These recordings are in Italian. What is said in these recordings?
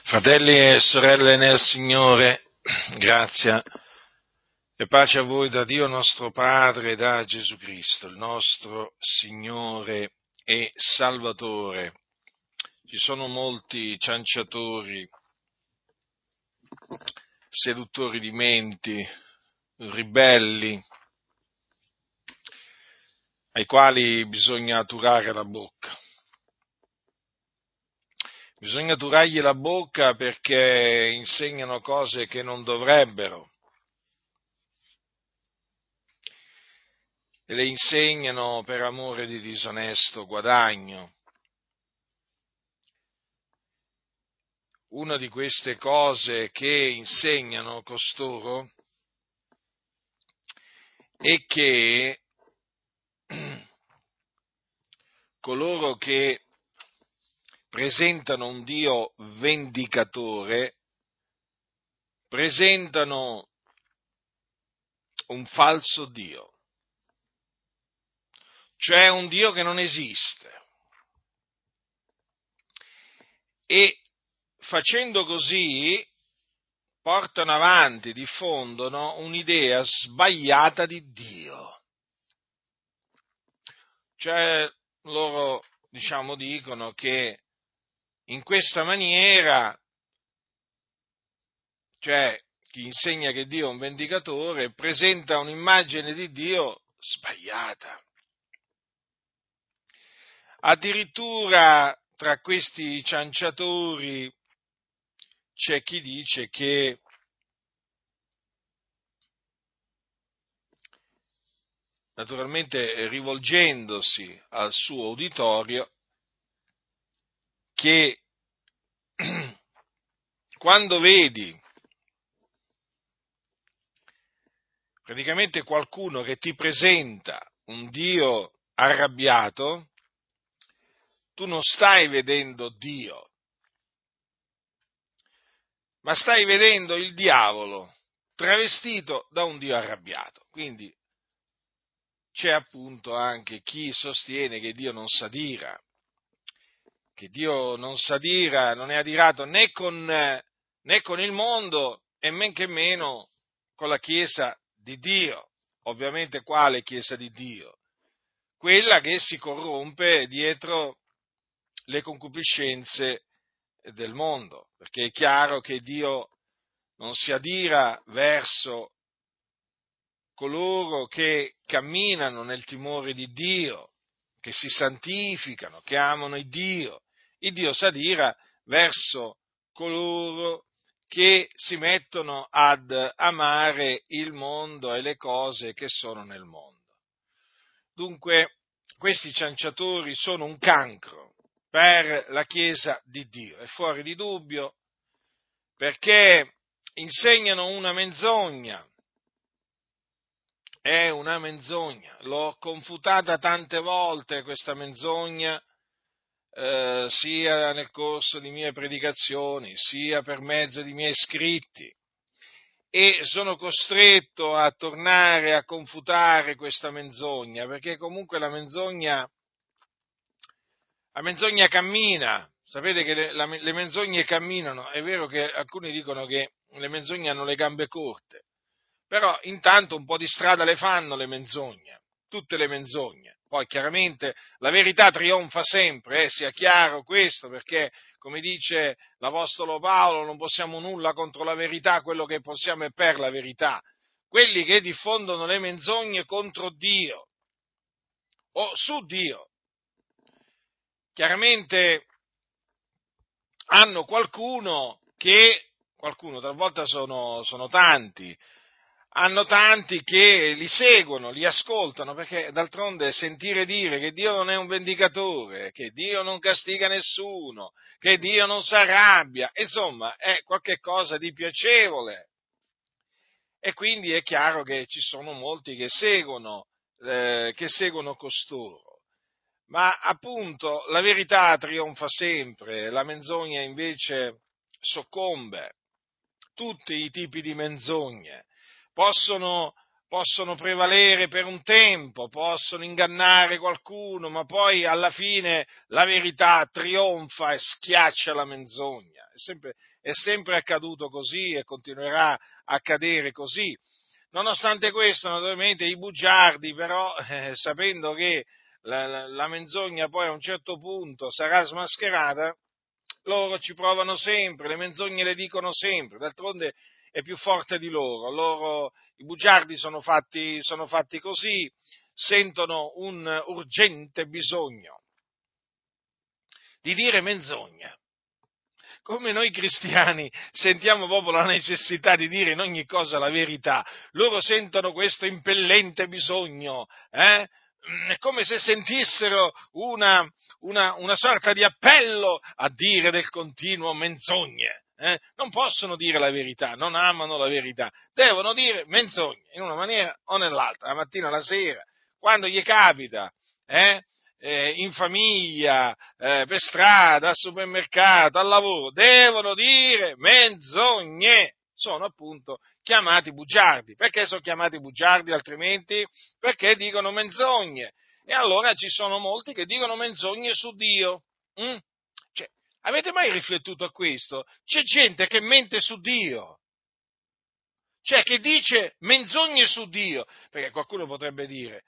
Fratelli e sorelle nel Signore, grazia e pace a voi da Dio nostro Padre e da Gesù Cristo, il nostro Signore e Salvatore. Ci sono molti cianciatori, seduttori di menti, ribelli, ai quali bisogna turare la bocca. Bisogna turargli la bocca perché insegnano cose che non dovrebbero e le insegnano per amore di disonesto guadagno. Una di queste cose che insegnano costoro è che coloro che presentano un Dio vendicatore presentano un falso Dio, cioè un Dio che non esiste. E facendo così portano avanti, diffondono un'idea sbagliata di Dio. Cioè loro, dicono che in questa maniera, cioè chi insegna che Dio è un vendicatore, presenta un'immagine di Dio sbagliata. Addirittura tra questi cianciatori c'è chi dice che naturalmente rivolgendosi al suo uditorio, che quando vedi praticamente qualcuno che ti presenta un Dio arrabbiato, tu non stai vedendo Dio, ma stai vedendo il diavolo travestito da un Dio arrabbiato. Quindi c'è appunto anche chi sostiene che Dio non s'adira, che Dio non s'adira, non è adirato né con il mondo e men che meno con la Chiesa di Dio. Ovviamente quale Chiesa di Dio? Quella che si corrompe dietro le concupiscenze del mondo, perché è chiaro che Dio non si adira verso coloro che camminano nel timore di Dio, che si santificano, che amano il Dio. Il Dio si adira verso coloro che si mettono ad amare il mondo e le cose che sono nel mondo. Dunque, questi cianciatori sono un cancro per la Chiesa di Dio, è fuori di dubbio, perché insegnano una menzogna. È una menzogna, l'ho confutata tante volte questa menzogna, sia nel corso di mie predicazioni, sia per mezzo di miei scritti, e sono costretto a tornare a confutare questa menzogna, perché comunque la menzogna cammina. Sapete che le menzogne camminano, è vero che alcuni dicono che le menzogne hanno le gambe corte, però intanto un po' di strada le fanno le menzogne, tutte le menzogne. Poi chiaramente la verità trionfa sempre, sia chiaro questo, perché come dice l'Apostolo Paolo non possiamo nulla contro la verità, quello che possiamo è per la verità. Quelli che diffondono le menzogne contro Dio o su Dio, chiaramente hanno qualcuno, talvolta sono tanti, hanno tanti che li seguono, li ascoltano, perché d'altronde sentire dire che Dio non è un vendicatore, che Dio non castiga nessuno, che Dio non si arrabbia, insomma, è qualche cosa di piacevole. E quindi è chiaro che ci sono molti che seguono costoro. Ma appunto la verità trionfa sempre, la menzogna invece soccombe. Tutti i tipi di menzogne possono prevalere per un tempo, possono ingannare qualcuno, ma poi alla fine la verità trionfa e schiaccia la menzogna. è sempre accaduto così e continuerà a accadere così. Nonostante questo, naturalmente, i bugiardi, però, sapendo che la menzogna poi a un certo punto sarà smascherata, loro ci provano sempre, le menzogne le dicono sempre, d'altronde è più forte di loro. I bugiardi sono fatti così, sentono un urgente bisogno di dire menzogna. Come noi cristiani sentiamo proprio la necessità di dire in ogni cosa la verità, loro sentono questo impellente bisogno, È come se sentissero una sorta di appello a dire del continuo menzogne. Non possono dire la verità, non amano la verità, devono dire menzogne in una maniera o nell'altra, la mattina, la sera, quando gli capita, in famiglia, per strada, al supermercato, al lavoro, devono dire menzogne. Sono appunto chiamati bugiardi. Perché sono chiamati bugiardi altrimenti? Perché dicono menzogne. E allora ci sono molti che dicono menzogne su Dio. Cioè, avete mai riflettuto a questo? C'è gente che mente su Dio. Cioè, che dice menzogne su Dio. Perché qualcuno potrebbe dire,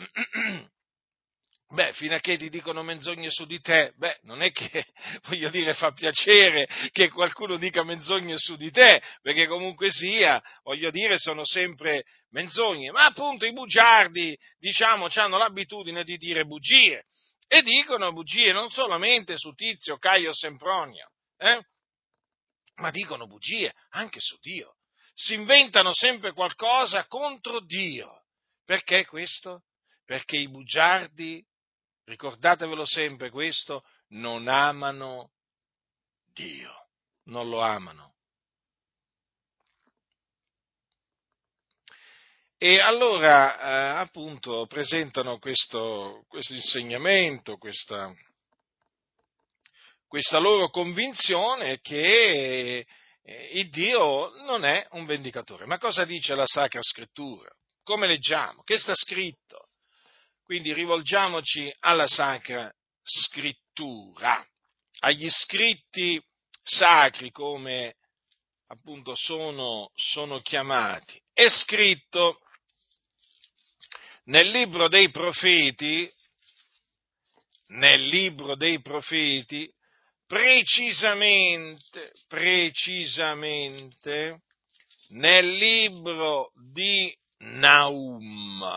beh, fino a che ti dicono menzogne su di te, non è che, voglio dire, fa piacere che qualcuno dica menzogne su di te, perché comunque sia, voglio dire, sono sempre menzogne, ma appunto i bugiardi, diciamo, hanno l'abitudine di dire bugie, e dicono bugie non solamente su Tizio, Caio, Sempronio, ma dicono bugie anche su Dio, si inventano sempre qualcosa contro Dio. Perché questo? Perché i bugiardi, ricordatevelo sempre questo, non amano Dio, non lo amano. E allora, appunto, presentano questo insegnamento, questa loro convinzione che il Dio non è un vendicatore. Ma cosa dice la Sacra Scrittura? Come leggiamo? Che sta scritto? Quindi rivolgiamoci alla Sacra Scrittura, agli scritti sacri come appunto sono chiamati. È scritto nel libro dei profeti, precisamente nel libro di Naum,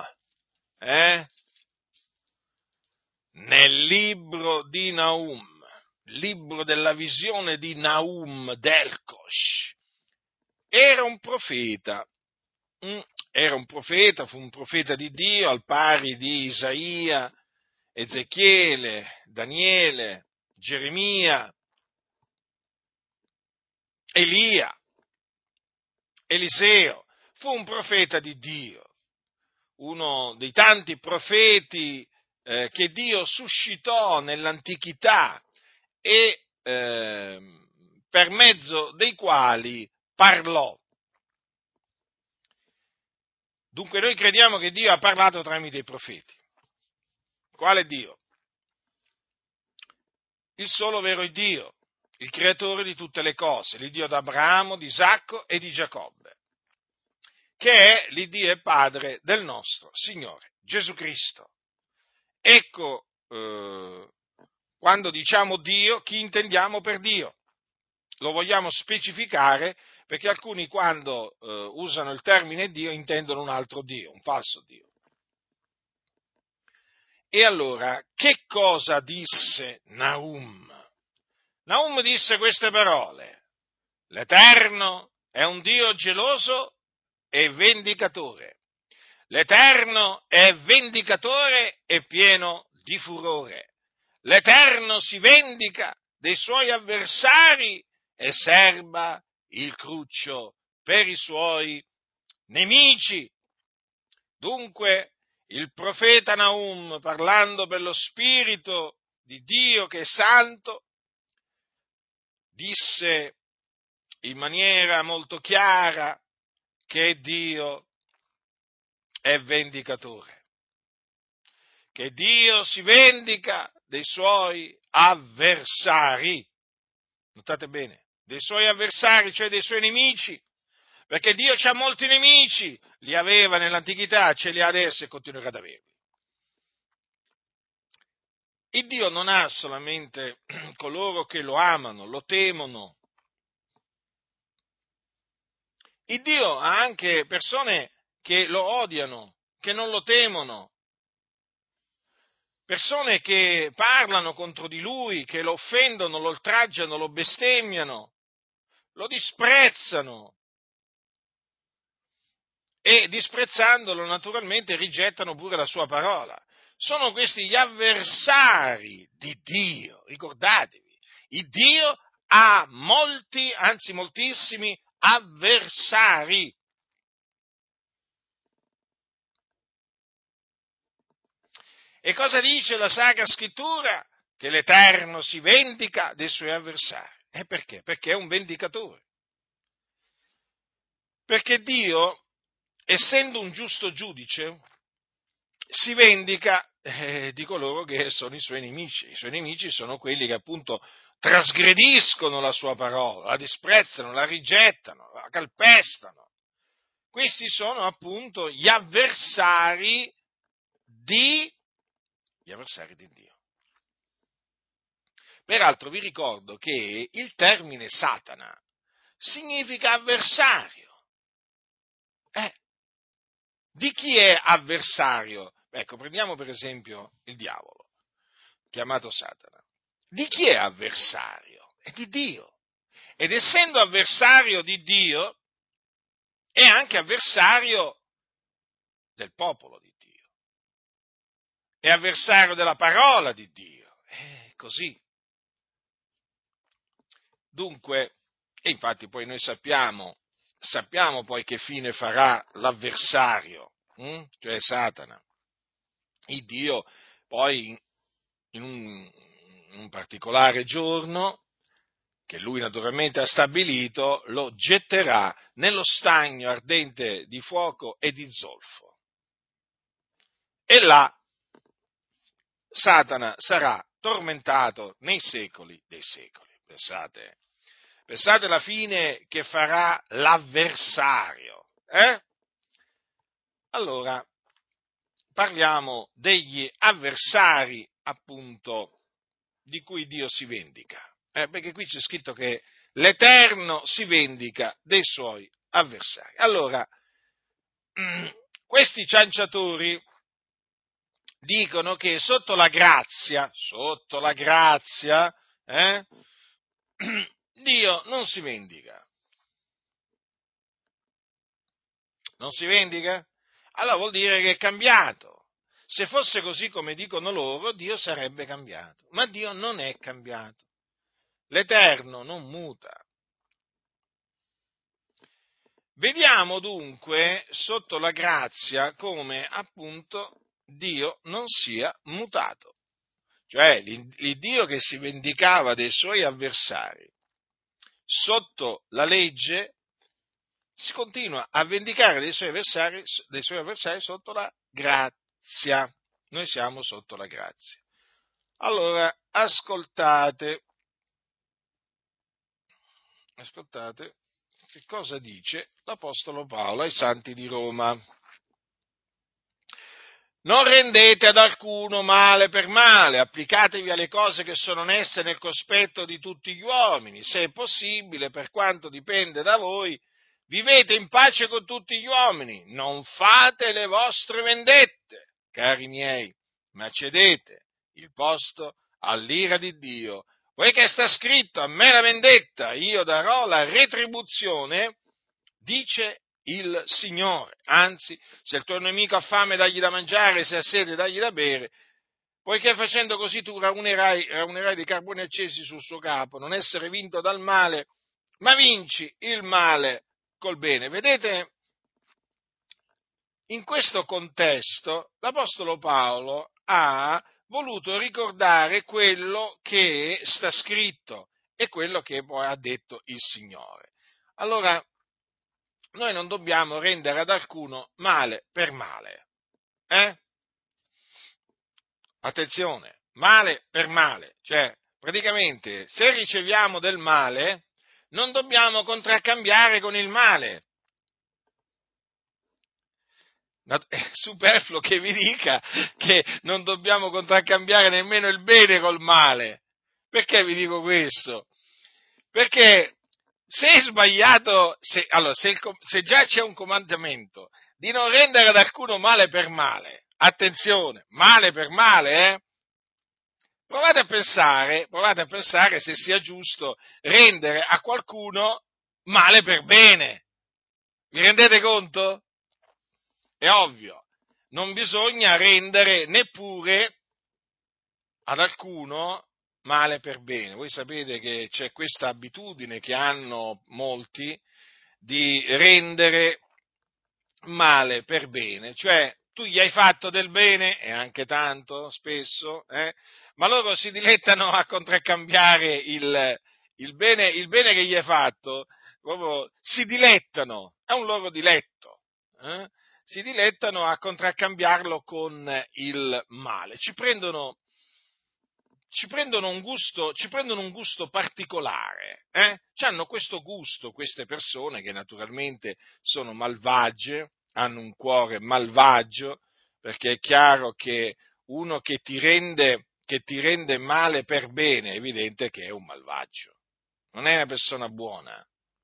nel libro di Naum, libro della visione di Naum d'Elkosh. Era un profeta, fu un profeta di Dio al pari di Isaia, Ezechiele, Daniele, Geremia, Elia, Eliseo. Fu un profeta di Dio, uno dei tanti profeti che Dio suscitò nell'antichità e per mezzo dei quali parlò. Dunque noi crediamo che Dio ha parlato tramite i profeti. Quale Dio? Il solo vero Dio, il creatore di tutte le cose, l'Iddio d'Abramo, di Isacco e di Giacobbe, che è l'Iddio e Padre del nostro Signore Gesù Cristo. Ecco, quando diciamo Dio, chi intendiamo per Dio? Lo vogliamo specificare perché alcuni quando usano il termine Dio intendono un altro Dio, un falso Dio. E allora, che cosa disse Naum? Naum disse queste parole: l'Eterno è un Dio geloso e vendicatore. L'Eterno è vendicatore e pieno di furore. L'Eterno si vendica dei suoi avversari e serba il cruccio per i suoi nemici. Dunque, il profeta Naum, parlando per lo Spirito di Dio che è santo, disse in maniera molto chiara che Dio è vendicatore, che Dio si vendica dei suoi avversari. Notate bene, dei suoi avversari, cioè dei suoi nemici, perché Dio c'ha molti nemici, li aveva nell'antichità, ce li ha adesso e continuerà ad averli. Il Dio non ha solamente coloro che lo amano, lo temono. Il Dio ha anche persone che lo odiano, che non lo temono, persone che parlano contro di lui, che lo offendono, lo oltraggiano, lo bestemmiano, lo disprezzano e disprezzandolo naturalmente rigettano pure la sua parola. Sono questi gli avversari di Dio, ricordatevi, il Dio ha molti, anzi moltissimi avversari. E cosa dice la Sacra Scrittura? Che l'Eterno si vendica dei suoi avversari. E perché? Perché è un vendicatore. Perché Dio, essendo un giusto giudice, si vendica di coloro che sono i suoi nemici. I suoi nemici sono quelli che appunto trasgrediscono la sua parola, la disprezzano, la rigettano, la calpestano. Questi sono appunto gli avversari di Dio. Peraltro vi ricordo che il termine Satana significa avversario. Di chi è avversario? Ecco, prendiamo per esempio il diavolo, chiamato Satana. Di chi è avversario? È di Dio. Ed essendo avversario di Dio, è anche avversario del popolo di Dio. È avversario della parola di Dio. È così. Dunque, e infatti poi noi sappiamo poi che fine farà l'avversario, cioè Satana. Il Dio poi in un particolare giorno, che lui naturalmente ha stabilito, lo getterà nello stagno ardente di fuoco e di zolfo. E là Satana sarà tormentato nei secoli dei secoli. Pensate alla fine che farà l'avversario. Allora, parliamo degli avversari, appunto, di cui Dio si vendica. Perché qui c'è scritto che l'Eterno si vendica dei suoi avversari. Allora, questi cianciatori dicono che sotto la grazia, Dio non si vendica. Non si vendica? Allora vuol dire che è cambiato. Se fosse così come dicono loro, Dio sarebbe cambiato. Ma Dio non è cambiato. L'Eterno non muta. Vediamo dunque sotto la grazia come appunto Dio non sia mutato. Cioè l'Iddio che si vendicava dei suoi avversari sotto la legge si continua a vendicare dei suoi avversari sotto la grazia. Noi siamo sotto la grazia. Allora, ascoltate che cosa dice l'Apostolo Paolo ai Santi di Roma. Non rendete ad alcuno male per male, applicatevi alle cose che sono oneste nel cospetto di tutti gli uomini, se è possibile, per quanto dipende da voi, vivete in pace con tutti gli uomini, non fate le vostre vendette, cari miei, ma cedete il posto all'ira di Dio, poiché sta scritto: a me la vendetta, io darò la retribuzione, dice il Signore. Anzi, se il tuo nemico ha fame, dagli da mangiare, se ha sete, dagli da bere, poiché facendo così tu raunirai dei carboni accesi sul suo capo, non essere vinto dal male, ma vinci il male col bene. Vedete, in questo contesto l'Apostolo Paolo ha voluto ricordare quello che sta scritto e quello che poi ha detto il Signore. Allora, noi non dobbiamo rendere ad alcuno male per male. Attenzione, male per male. Cioè, praticamente, se riceviamo del male, non dobbiamo contraccambiare con il male. È superfluo che vi dica che non dobbiamo contraccambiare nemmeno il bene col male. Perché vi dico questo? Perché se è sbagliato, allora, se già c'è un comandamento di non rendere ad alcuno male per male, attenzione, male per male, provate a pensare se sia giusto rendere a qualcuno male per bene. Vi rendete conto? È ovvio, non bisogna rendere neppure ad alcuno male per bene. Voi sapete che c'è questa abitudine che hanno molti di rendere male per bene, cioè tu gli hai fatto del bene, e anche tanto, spesso, ma loro si dilettano a contraccambiare il bene che gli hai fatto, proprio si dilettano, è un loro diletto, si dilettano a contraccambiarlo con il male, ci prendono un gusto particolare, hanno questo gusto queste persone che naturalmente sono malvagie, hanno un cuore malvagio, perché è chiaro che uno che ti rende male per bene, è evidente che è un malvagio, non è una persona buona.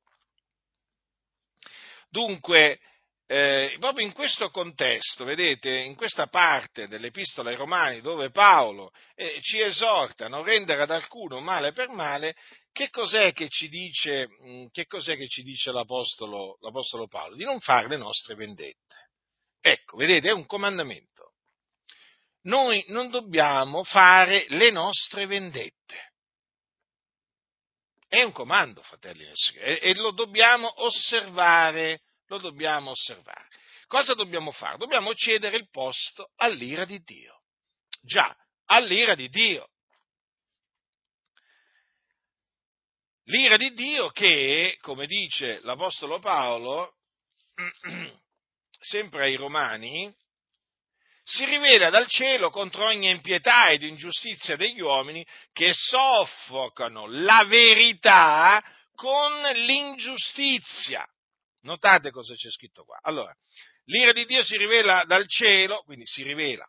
Dunque, proprio in questo contesto, vedete, in questa parte dell'Epistola ai Romani, dove Paolo ci esorta a non rendere ad alcuno male per male, che cos'è che ci dice, l'Apostolo Paolo? Di non fare le nostre vendette. Ecco, vedete, è un comandamento. Noi non dobbiamo fare le nostre vendette. È un comando, fratelli del Signore, e lo dobbiamo osservare, Cosa dobbiamo fare? Dobbiamo cedere il posto all'ira di Dio. Già, all'ira di Dio. L'ira di Dio che, come dice l'Apostolo Paolo, sempre ai Romani, si rivela dal cielo contro ogni impietà ed ingiustizia degli uomini che soffocano la verità con l'ingiustizia. Notate cosa c'è scritto qua. Allora, l'ira di Dio si rivela dal cielo, quindi si rivela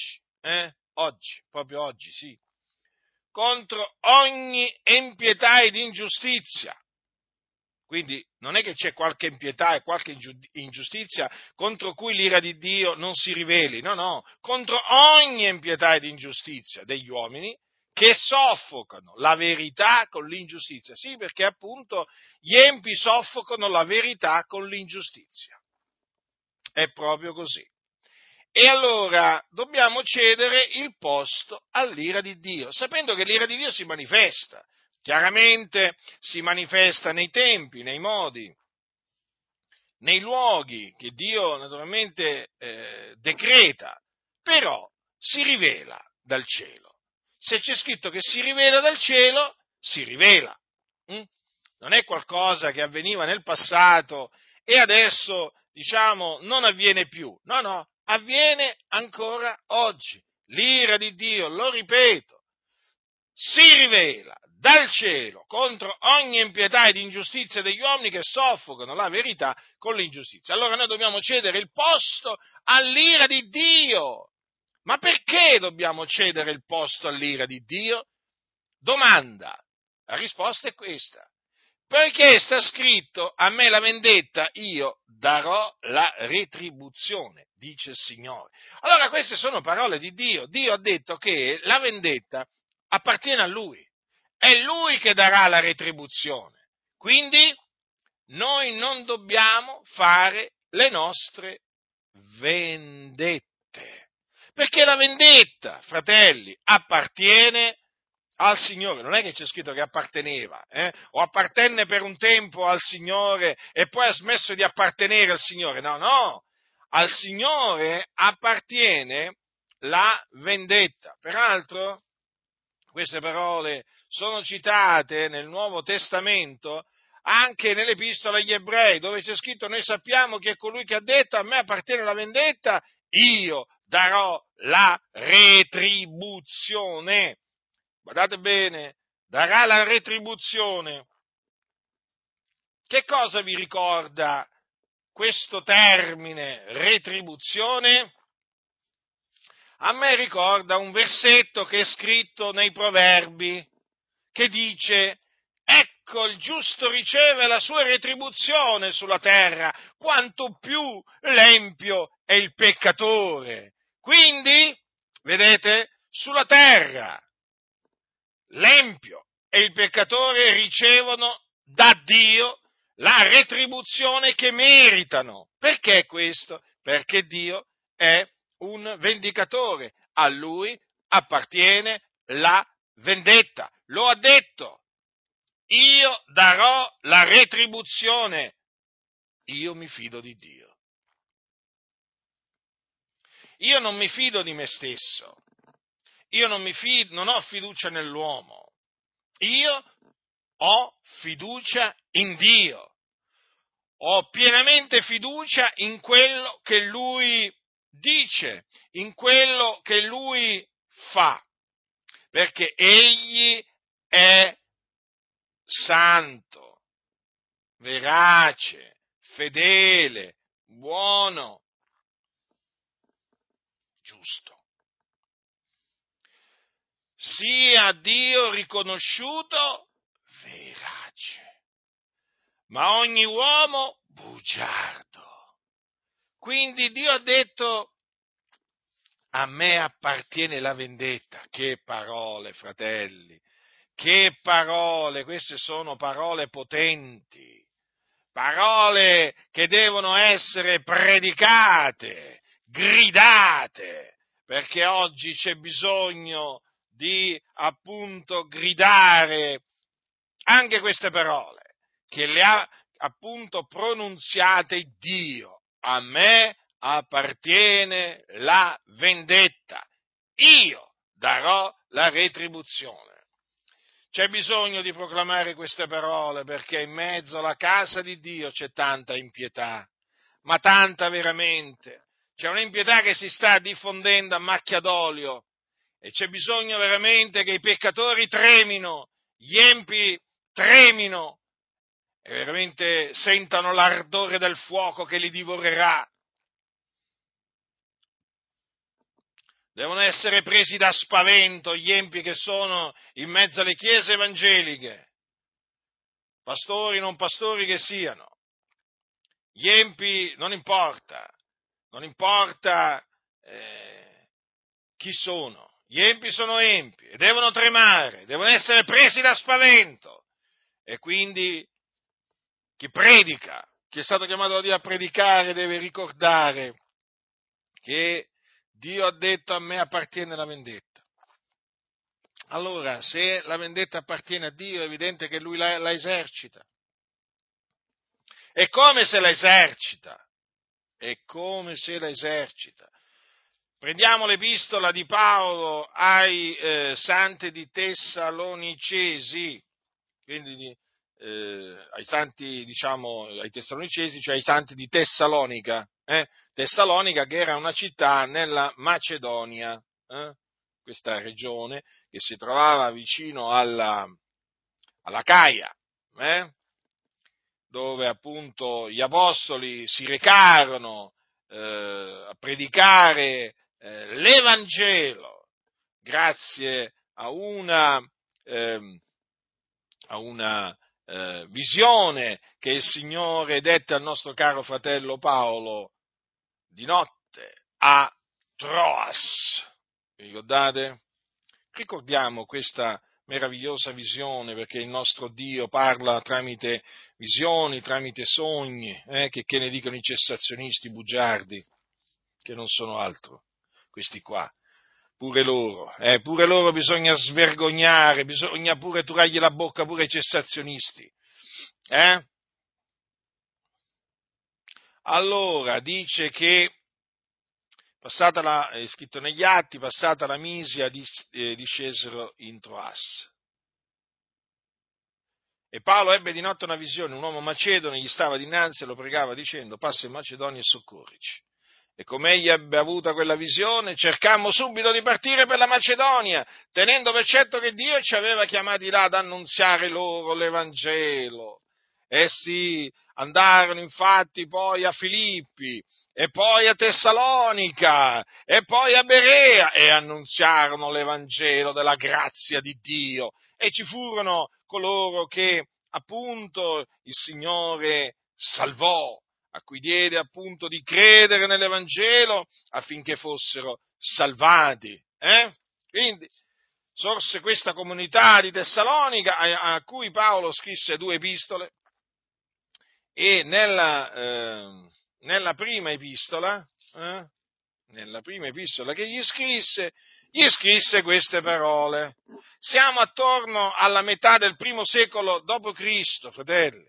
oggi, proprio oggi, sì, contro ogni impietà ed ingiustizia. Quindi non è che c'è qualche impietà e qualche ingiustizia contro cui l'ira di Dio non si riveli, no, contro ogni impietà ed ingiustizia degli uomini che soffocano la verità con l'ingiustizia. Sì, perché appunto gli empi soffocano la verità con l'ingiustizia. È proprio così. E allora dobbiamo cedere il posto all'ira di Dio, sapendo che l'ira di Dio si manifesta. Chiaramente si manifesta nei tempi, nei modi, nei luoghi che Dio naturalmente decreta, però si rivela dal cielo. Se c'è scritto che si rivela dal cielo, si rivela. Non è qualcosa che avveniva nel passato e adesso, non avviene più. No, avviene ancora oggi. L'ira di Dio, lo ripeto, si rivela dal cielo contro ogni impietà ed ingiustizia degli uomini che soffocano la verità con l'ingiustizia. Allora noi dobbiamo cedere il posto all'ira di Dio. Ma perché dobbiamo cedere il posto all'ira di Dio? Domanda. La risposta è questa. Perché sta scritto, a me la vendetta, io darò la retribuzione, dice il Signore. Allora queste sono parole di Dio. Dio ha detto che la vendetta appartiene a Lui. È Lui che darà la retribuzione. Quindi noi non dobbiamo fare le nostre vendette. Perché la vendetta, fratelli, appartiene al Signore. Non è che c'è scritto che apparteneva, o appartenne per un tempo al Signore e poi ha smesso di appartenere al Signore. No, al Signore appartiene la vendetta. Peraltro, queste parole sono citate nel Nuovo Testamento anche nell'Epistola agli Ebrei, dove c'è scritto: noi sappiamo che è colui che ha detto: a me appartiene la vendetta, io darò la retribuzione. Guardate bene, darà la retribuzione. Che cosa vi ricorda questo termine retribuzione? A me ricorda un versetto che è scritto nei Proverbi, che dice: ecco, il giusto riceve la sua retribuzione sulla terra, quanto più l'empio è il peccatore. Quindi, vedete, sulla terra l'empio e il peccatore ricevono da Dio la retribuzione che meritano. Perché questo? Perché Dio è un vendicatore, a Lui appartiene la vendetta. Lo ha detto: io darò la retribuzione. Io mi fido di Dio. Io non mi fido di me stesso. Io non ho fiducia nell'uomo. Io ho fiducia in Dio. Ho pienamente fiducia in quello che Lui dice, in quello che Lui fa, perché Egli è santo, verace, fedele, buono, giusto. Sia Dio riconosciuto verace, ma ogni uomo bugiardo. Quindi Dio ha detto: a me appartiene la vendetta. Che parole, fratelli, che parole, queste sono parole potenti, parole che devono essere predicate, gridate, perché oggi c'è bisogno di appunto gridare anche queste parole, che le ha appunto pronunziate Dio. A me appartiene la vendetta, io darò la retribuzione. C'è bisogno di proclamare queste parole perché in mezzo alla casa di Dio c'è tanta impietà, ma tanta veramente. C'è un'impietà che si sta diffondendo a macchia d'olio e c'è bisogno veramente che i peccatori tremino, gli empi tremino e veramente sentano l'ardore del fuoco che li divorerà. Devono essere presi da spavento gli empi che sono in mezzo alle chiese evangeliche, pastori, non pastori che siano. Gli empi non importa chi sono, gli empi sono empi e devono tremare, devono essere presi da spavento. E quindi chi predica, chi è stato chiamato da Dio a predicare, deve ricordare che Dio ha detto: a me appartiene la vendetta. Allora, se la vendetta appartiene a Dio, è evidente che Lui la esercita. E come se la esercita? È come se la esercita. Prendiamo l'epistola di Paolo ai santi di Tessalonicesi, quindi ai santi, diciamo, ai Tessalonicesi, cioè ai santi di Tessalonica. Tessalonica, che era una città nella Macedonia, questa regione che si trovava vicino alla Caia, dove appunto gli apostoli si recarono a predicare l'Evangelo grazie a una visione che il Signore dette al nostro caro fratello Paolo di notte a Troas. Vi ricordate? Ricordiamo questa meravigliosa visione, perché il nostro Dio parla tramite visioni, tramite sogni, che ne dicono i cessazionisti bugiardi, che non sono altro, questi qua. Pure loro bisogna svergognare, bisogna pure turargli la bocca pure ai cessazionisti. Allora, dice che è scritto negli Atti, passata la Misia, discesero in Troas. E Paolo ebbe di notte una visione, un uomo macedone gli stava dinanzi e lo pregava dicendo: passa in Macedonia e soccorrici. E come egli ebbe avuta quella visione, cercammo subito di partire per la Macedonia, tenendo per certo che Dio ci aveva chiamati là ad annunziare loro l'Evangelo. Essi andarono infatti poi a Filippi, e poi a Tessalonica, e poi a Berea, e annunziarono l'Evangelo della grazia di Dio, e ci furono coloro che appunto il Signore salvò, a cui diede appunto di credere nell'Evangelo affinché fossero salvati. Quindi sorse questa comunità di Tessalonica a cui Paolo scrisse 2 epistole, e nella prima epistola che gli scrisse queste parole. Siamo attorno alla metà del primo secolo dopo Cristo, fratelli.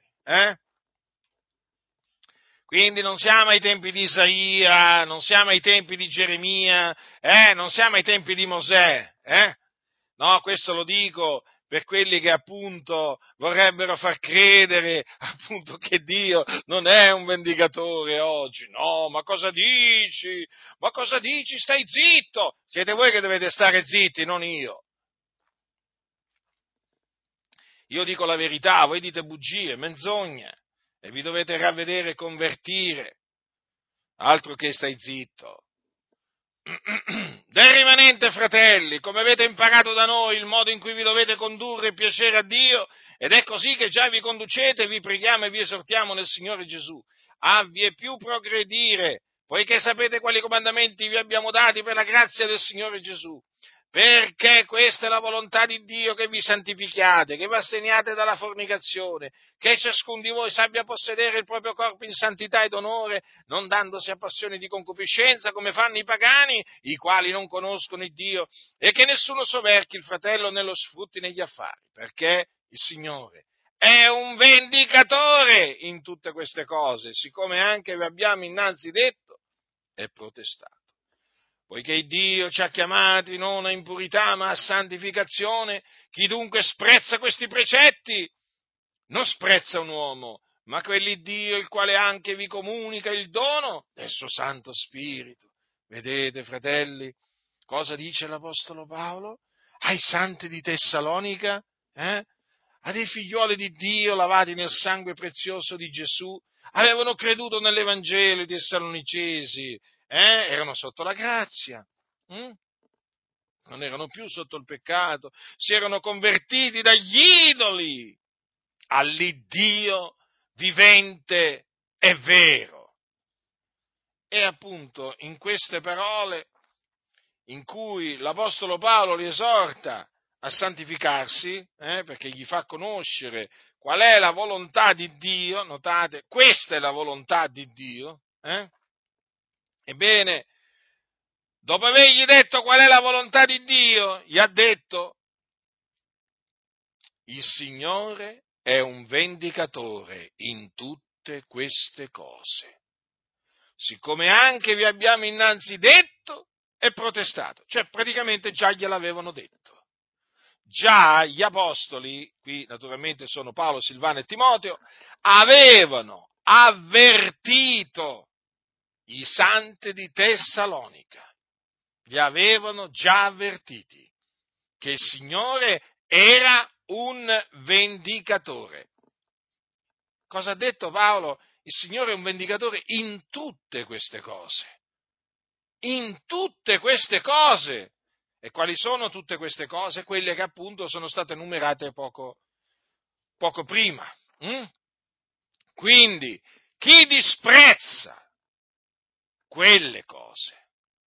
Quindi non siamo ai tempi di Isaia, non siamo ai tempi di Geremia, non siamo ai tempi di Mosè. No, questo lo dico per quelli che appunto vorrebbero far credere appunto che Dio non è un vendicatore oggi. No, ma cosa dici? Ma cosa dici? Stai zitto! Siete voi che dovete stare zitti, non io. Io dico la verità, voi dite bugie, menzogne, e vi dovete ravvedere e convertire. Altro che stai zitto. Del rimanente, fratelli, come avete imparato da noi il modo in cui vi dovete condurre e piacere a Dio, ed è così che già vi conducete, vi preghiamo e vi esortiamo nel Signore Gesù a vie più progredire, poiché sapete quali comandamenti vi abbiamo dati per la grazia del Signore Gesù. Perché questa è la volontà di Dio, che vi santifichiate, che vi asteniate dalla fornicazione, che ciascun di voi sappia possedere il proprio corpo in santità ed onore, non dandosi a passioni di concupiscenza come fanno i pagani, i quali non conoscono il Dio, e che nessuno soverchi il fratello né lo sfrutti negli affari, perché il Signore è un vendicatore in tutte queste cose, siccome anche vi abbiamo innanzi detto e protestato. Poiché Dio ci ha chiamati non a impurità ma a santificazione, chi dunque sprezza questi precetti non sprezza un uomo, ma quell'Iddio il quale anche vi comunica il dono del suo Santo Spirito. Vedete, fratelli, cosa dice l'Apostolo Paolo ai santi di Tessalonica? A dei figlioli di Dio lavati nel sangue prezioso di Gesù, avevano creduto nell'Evangelo i Tessalonicesi, erano sotto la grazia, non erano più sotto il peccato, si erano convertiti dagli idoli all'Iddio vivente e vero. E appunto in queste parole, in cui l'Apostolo Paolo li esorta a santificarsi, perché gli fa conoscere qual è la volontà di Dio, notate, questa è la volontà di Dio, ebbene, dopo avergli detto qual è la volontà di Dio, gli ha detto: il Signore è un vendicatore in tutte queste cose, siccome anche vi abbiamo innanzi detto e protestato. Cioè, praticamente già gliel'avevano detto. Già gli apostoli, qui naturalmente sono Paolo, Silvano e Timoteo, avevano avvertito i santi di Tessalonica, li avevano già avvertiti che il Signore era un vendicatore. Cosa ha detto Paolo? Il Signore è un vendicatore in tutte queste cose. In tutte queste cose. E quali sono tutte queste cose? Quelle che appunto sono state numerate poco prima. Quindi, chi disprezza quelle cose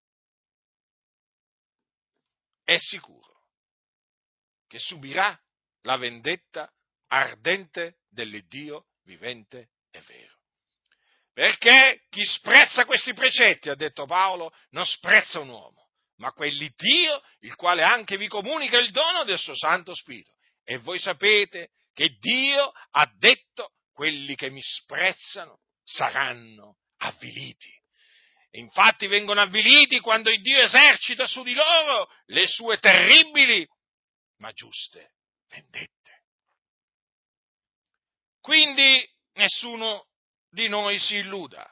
è sicuro che subirà la vendetta ardente dell'Iddio vivente e vero. Perché chi sprezza questi precetti, ha detto Paolo, non sprezza un uomo, ma quell'Iddio il quale anche vi comunica il dono del suo Santo Spirito. E voi sapete che Dio ha detto: quelli che mi sprezzano saranno avviliti. E infatti vengono avviliti quando il Dio esercita su di loro le sue terribili ma giuste vendette. Quindi nessuno di noi si illuda.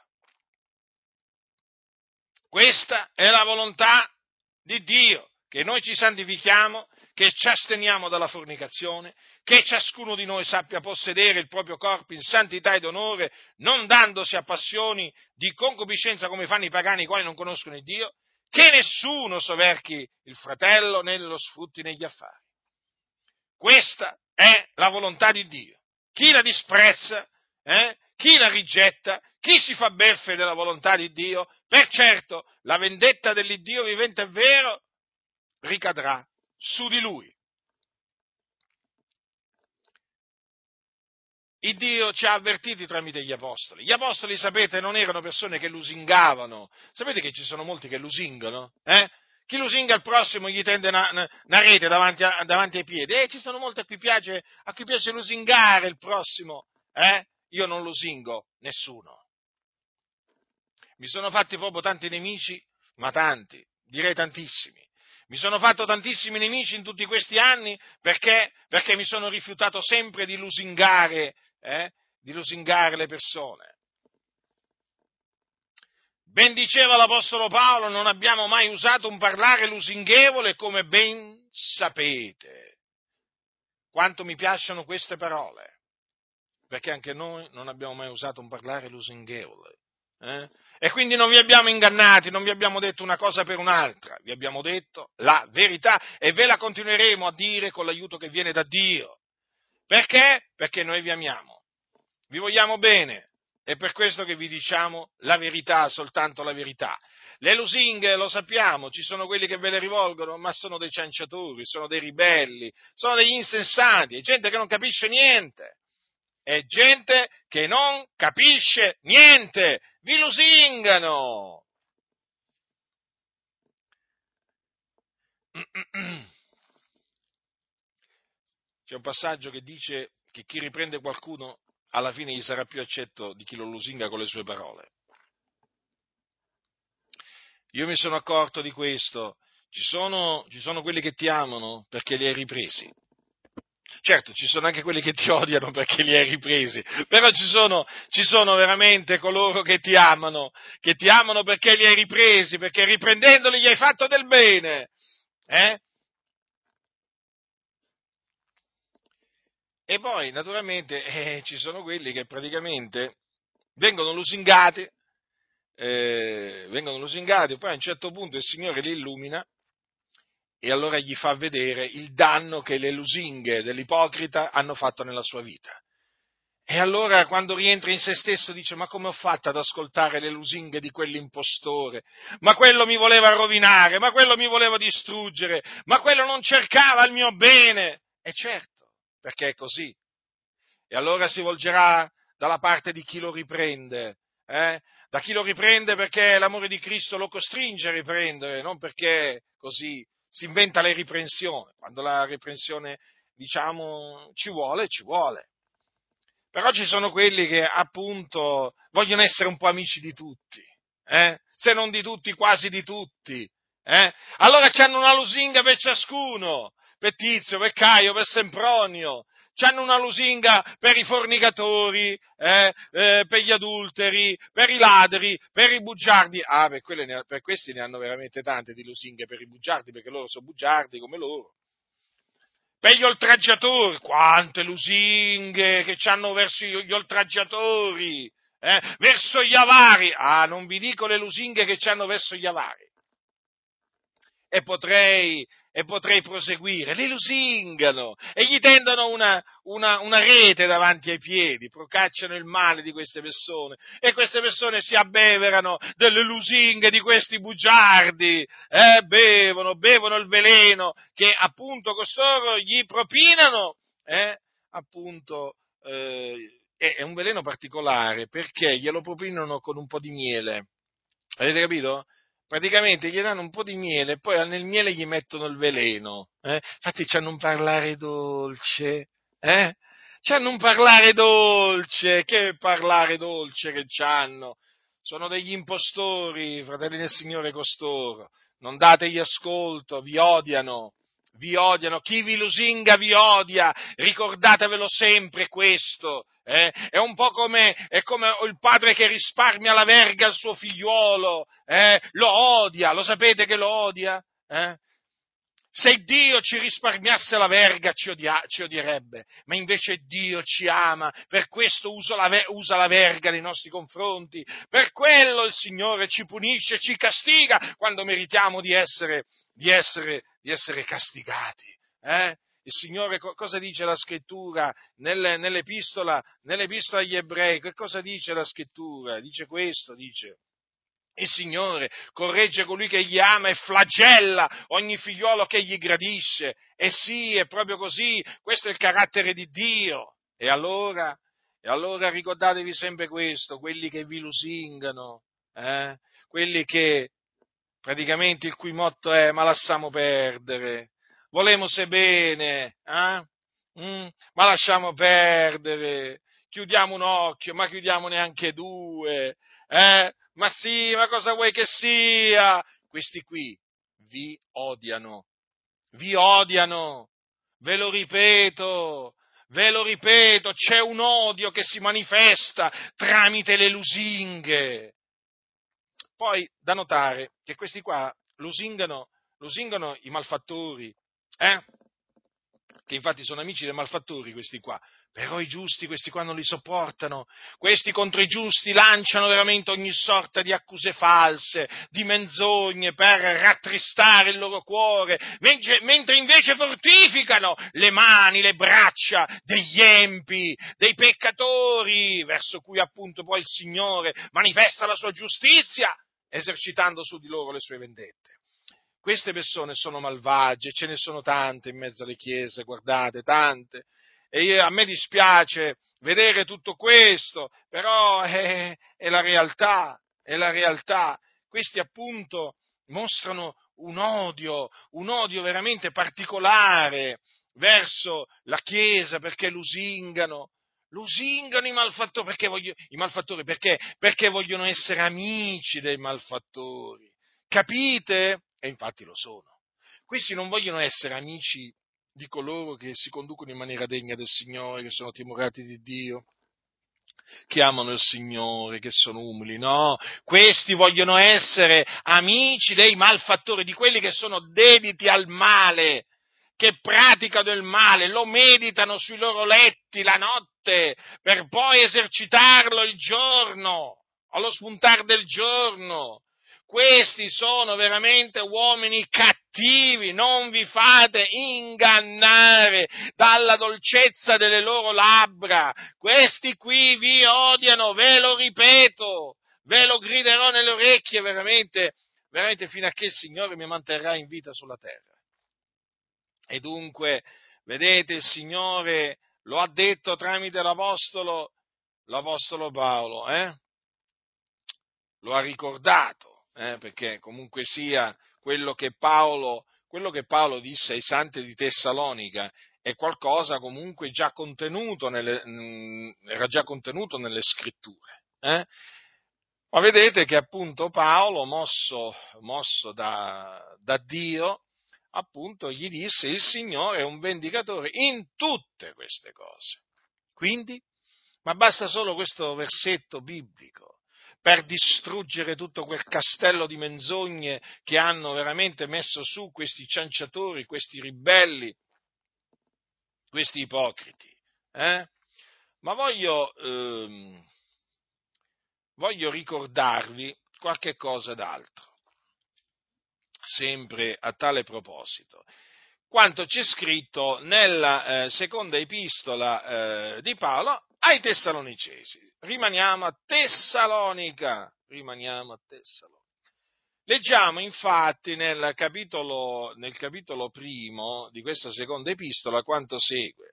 Questa è la volontà di Dio, che noi ci santifichiamo, che ci asteniamo dalla fornicazione, che ciascuno di noi sappia possedere il proprio corpo in santità ed onore, non dandosi a passioni di concupiscenza come fanno i pagani, i quali non conoscono il Dio, che nessuno soverchi il fratello né lo sfrutti negli affari. Questa è la volontà di Dio. Chi la disprezza, chi la rigetta, chi si fa beffe della volontà di Dio, per certo la vendetta dell'Iddio vivente e vero ricadrà su di lui. Il Dio ci ha avvertiti tramite gli apostoli. Gli apostoli, sapete, non erano persone che lusingavano. Sapete che ci sono molti che lusingano? Chi lusinga il prossimo gli tende una rete davanti ai piedi. Ci sono molti a cui piace lusingare il prossimo. Io non lusingo nessuno. Mi sono fatti proprio tanti nemici, ma tanti, direi tantissimi. Mi sono fatto tantissimi nemici in tutti questi anni perché mi sono rifiutato sempre di lusingare le persone. Ben diceva l'Apostolo Paolo, non abbiamo mai usato un parlare lusinghevole, come ben sapete. Quanto mi piacciono queste parole, perché anche noi non abbiamo mai usato un parlare lusinghevole. E quindi non vi abbiamo ingannati, non vi abbiamo detto una cosa per un'altra, vi abbiamo detto la verità e ve la continueremo a dire con l'aiuto che viene da Dio. Perché? Perché noi vi amiamo, vi vogliamo bene, è per questo che vi diciamo la verità, soltanto la verità. Le lusinghe, lo sappiamo, ci sono quelli che ve le rivolgono, ma sono dei cianciatori, sono dei ribelli, sono degli insensati, è gente che non capisce niente. È gente che non capisce niente, vi lusingano. C'è un passaggio che dice che chi riprende qualcuno alla fine gli sarà più accetto di chi lo lusinga con le sue parole. Io mi sono accorto di questo, ci sono quelli che ti amano perché li hai ripresi. Certo, ci sono anche quelli che ti odiano perché li hai ripresi, però ci sono veramente coloro che ti amano perché li hai ripresi, perché riprendendoli gli hai fatto del bene. E poi, naturalmente, ci sono quelli che praticamente vengono lusingati, e poi a un certo punto il Signore li illumina e allora gli fa vedere il danno che le lusinghe dell'ipocrita hanno fatto nella sua vita. E allora quando rientra in se stesso dice: ma come ho fatto ad ascoltare le lusinghe di quell'impostore? Ma quello mi voleva rovinare, ma quello mi voleva distruggere, ma quello non cercava il mio bene. E certo, perché è così. E allora si volgerà dalla parte di chi lo riprende, da chi lo riprende perché l'amore di Cristo lo costringe a riprendere, non perché così si inventa le riprensioni. Quando la riprensione, ci vuole, ci vuole. Però ci sono quelli che appunto vogliono essere un po' amici di tutti, se non di tutti, quasi di tutti. Allora c'hanno una lusinga per ciascuno, per Tizio, per Caio, per Sempronio, c'hanno una lusinga per i fornicatori, per gli adulteri, per i ladri, per i bugiardi. Per questi ne hanno veramente tante di lusinghe per i bugiardi, perché loro sono bugiardi come loro. Per gli oltraggiatori, quante lusinghe che c'hanno verso gli oltraggiatori, verso gli avari. Non vi dico le lusinghe che c'hanno verso gli avari. E potrei proseguire, li lusingano e gli tendono una rete davanti ai piedi, procacciano il male di queste persone e queste persone si abbeverano delle lusinghe di questi bugiardi, bevono il veleno che appunto costoro gli propinano, appunto, è un veleno particolare perché glielo propinano con un po' di miele, avete capito? Praticamente gli danno un po' di miele e poi nel miele gli mettono il veleno. Infatti c'hanno un parlare dolce. C'hanno un parlare dolce. Che parlare dolce che c'hanno. Sono degli impostori, fratelli del Signore costoro. Non dategli ascolto, vi odiano. Chi vi lusinga vi odia, ricordatevelo sempre questo. È un po' è come il padre che risparmia la verga al suo figliuolo, lo odia, lo sapete che lo odia? Se Dio ci risparmiasse la verga ci odierebbe, ma invece Dio ci ama, per questo usa la verga nei nostri confronti, per quello il Signore ci punisce, ci castiga quando meritiamo di essere castigati. Il Signore, cosa dice la Scrittura nell'epistola agli Ebrei? Che cosa dice la Scrittura? Dice questo, dice: il Signore corregge colui che gli ama e flagella ogni figliuolo che gli gradisce. E sì, è proprio così, questo è il carattere di Dio. E allora ricordatevi sempre questo, quelli che vi lusingano, quelli che praticamente il cui motto è: ma lasciamo perdere, volemo se bene, ma lasciamo perdere, chiudiamo un occhio, ma chiudiamo neanche due, ma sì, ma cosa vuoi che sia? Questi qui vi odiano, ve lo ripeto, c'è un odio che si manifesta tramite le lusinghe. Poi da notare che questi qua lusingano i malfattori, che infatti sono amici dei malfattori questi qua, però i giusti questi qua non li sopportano, questi contro i giusti lanciano veramente ogni sorta di accuse false, di menzogne per rattristare il loro cuore, mentre invece fortificano le mani, le braccia degli empi, dei peccatori, verso cui appunto poi il Signore manifesta la sua giustizia, esercitando su di loro le sue vendette. Queste persone sono malvagie, ce ne sono tante in mezzo alle chiese, guardate, tante, e a me dispiace vedere tutto questo, però è la realtà, è la realtà. Questi appunto mostrano un odio veramente particolare verso la Chiesa, perché lusingano i malfattori perché vogliono essere amici dei malfattori. Capite? E infatti lo sono. Questi non vogliono essere amici di coloro che si conducono in maniera degna del Signore, che sono timorati di Dio, che amano il Signore, che sono umili, no? Questi vogliono essere amici dei malfattori, di quelli che sono dediti al male, che praticano il male, lo meditano sui loro letti la notte, per poi esercitarlo il giorno, allo spuntar del giorno. Questi sono veramente uomini cattivi, non vi fate ingannare dalla dolcezza delle loro labbra. Questi qui vi odiano, ve lo ripeto, ve lo griderò nelle orecchie veramente fino a che il Signore mi manterrà in vita sulla terra. E dunque, vedete, il Signore lo ha detto tramite l'Apostolo Paolo, lo ha ricordato, perché comunque sia quello che Paolo disse ai santi di Tessalonica è qualcosa comunque già contenuto era già contenuto nelle scritture. Ma vedete che appunto Paolo, mosso da Dio, appunto gli disse: il Signore è un vendicatore in tutte queste cose. Quindi, ma basta solo questo versetto biblico per distruggere tutto quel castello di menzogne che hanno veramente messo su questi cianciatori, questi ribelli, questi ipocriti. Ma voglio ricordarvi qualche cosa d'altro, sempre a tale proposito. Quanto c'è scritto nella seconda epistola di Paolo ai Tessalonicesi. Rimaniamo a Tessalonica. Leggiamo infatti nel capitolo primo di questa seconda epistola quanto segue.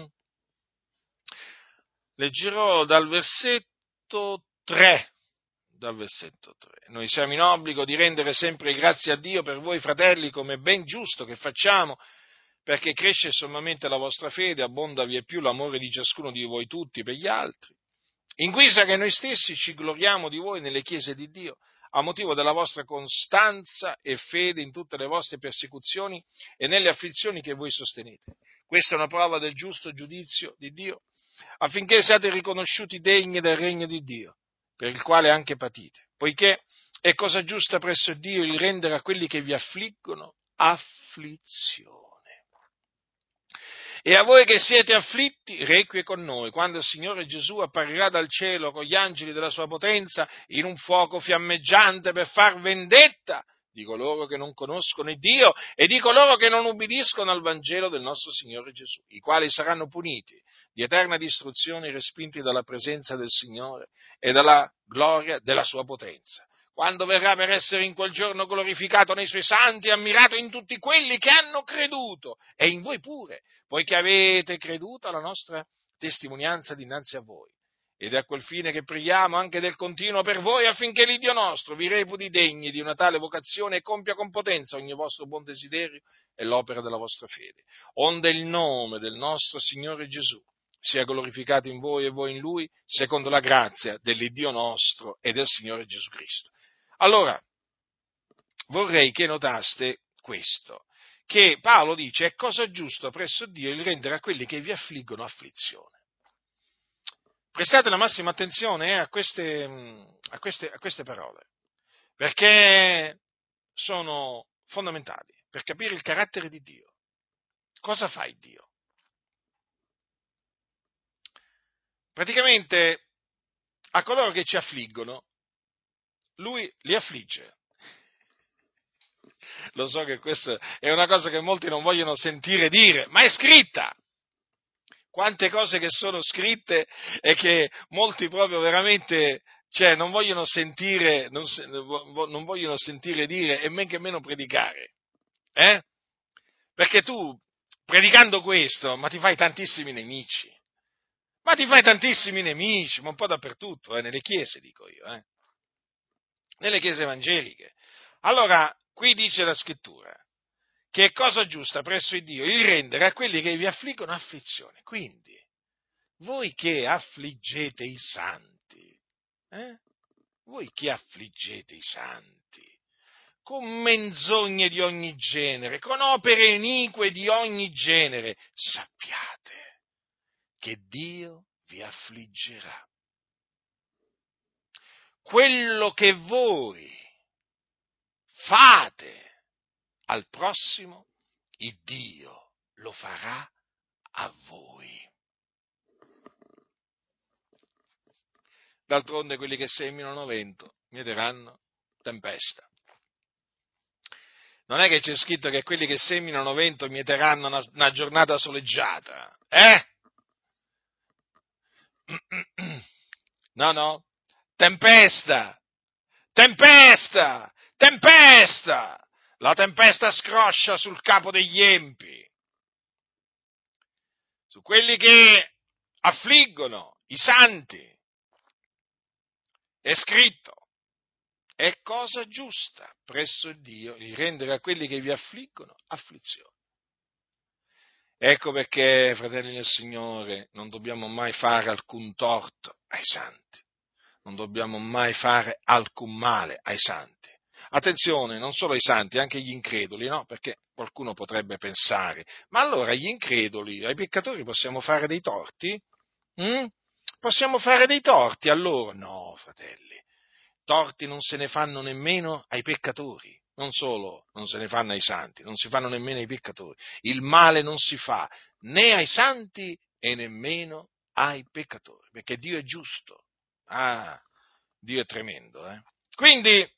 Leggerò dal versetto 3. Noi siamo in obbligo di rendere sempre grazie a Dio per voi, fratelli, come è ben giusto che facciamo, perché cresce sommamente la vostra fede, abbonda vie più l'amore di ciascuno di voi tutti per gli altri. In guisa che noi stessi ci gloriamo di voi nelle chiese di Dio, a motivo della vostra costanza e fede in tutte le vostre persecuzioni e nelle afflizioni che voi sostenete. Questa è una prova del giusto giudizio di Dio, affinché siate riconosciuti degni del regno di Dio, per il quale anche patite, poiché è cosa giusta presso Dio il rendere a quelli che vi affliggono afflizione. E a voi che siete afflitti, requie con noi, quando il Signore Gesù apparirà dal cielo con gli angeli della sua potenza in un fuoco fiammeggiante per far vendetta di coloro che non conoscono il Dio e di coloro che non ubbidiscono al Vangelo del nostro Signore Gesù, i quali saranno puniti di eterna distruzione, respinti dalla presenza del Signore e dalla gloria della sua potenza, quando verrà per essere in quel giorno glorificato nei suoi santi e ammirato in tutti quelli che hanno creduto, e in voi pure, poiché avete creduto alla nostra testimonianza dinanzi a voi. Ed è a quel fine che preghiamo anche del continuo per voi, affinché l'Iddio nostro vi reputi degni di una tale vocazione e compia con potenza ogni vostro buon desiderio e l'opera della vostra fede, onde il nome del nostro Signore Gesù sia glorificato in voi e voi in Lui, secondo la grazia dell'Iddio nostro e del Signore Gesù Cristo. Allora, vorrei che notaste questo, che Paolo dice: è cosa giusta presso Dio il rendere a quelli che vi affliggono afflizione. Prestate la massima attenzione a queste parole, perché sono fondamentali per capire il carattere di Dio. Cosa fa il Dio? Praticamente a coloro che ci affliggono, Lui li affligge. Lo so che questa è una cosa che molti non vogliono sentire dire, ma è scritta. Quante cose che sono scritte e che molti proprio veramente, non vogliono sentire, non vogliono sentire dire e men che meno predicare. Perché tu, predicando questo, ma ti fai tantissimi nemici. Ma ti fai tantissimi nemici, ma un po' dappertutto, nelle chiese, dico io, nelle chiese evangeliche. Allora, qui dice la scrittura che è cosa giusta presso il Dio il rendere a quelli che vi affliggono afflizione. Quindi, voi che affliggete i santi, voi che affliggete i santi, con menzogne di ogni genere, con opere inique di ogni genere, sappiate che Dio vi affliggerà. Quello che voi fate al prossimo, il Dio lo farà a voi. D'altronde quelli che seminano vento mieteranno tempesta. Non è che c'è scritto che quelli che seminano vento mieteranno una giornata soleggiata, No, tempesta, tempesta, tempesta! La tempesta scroscia sul capo degli empi, su quelli che affliggono i santi. È scritto: è cosa giusta presso Dio il rendere a quelli che vi affliggono afflizione. Ecco perché, fratelli del Signore, non dobbiamo mai fare alcun torto ai santi, non dobbiamo mai fare alcun male ai santi. Attenzione, non solo ai santi, anche agli increduli, no? Perché qualcuno potrebbe pensare: ma allora agli increduli, ai peccatori possiamo fare dei torti? Possiamo fare dei torti a loro? No, fratelli, torti non se ne fanno nemmeno ai peccatori. Non solo non se ne fanno ai santi, non si fanno nemmeno ai peccatori. Il male non si fa né ai santi e nemmeno ai peccatori, perché Dio è giusto. Dio è tremendo. Quindi,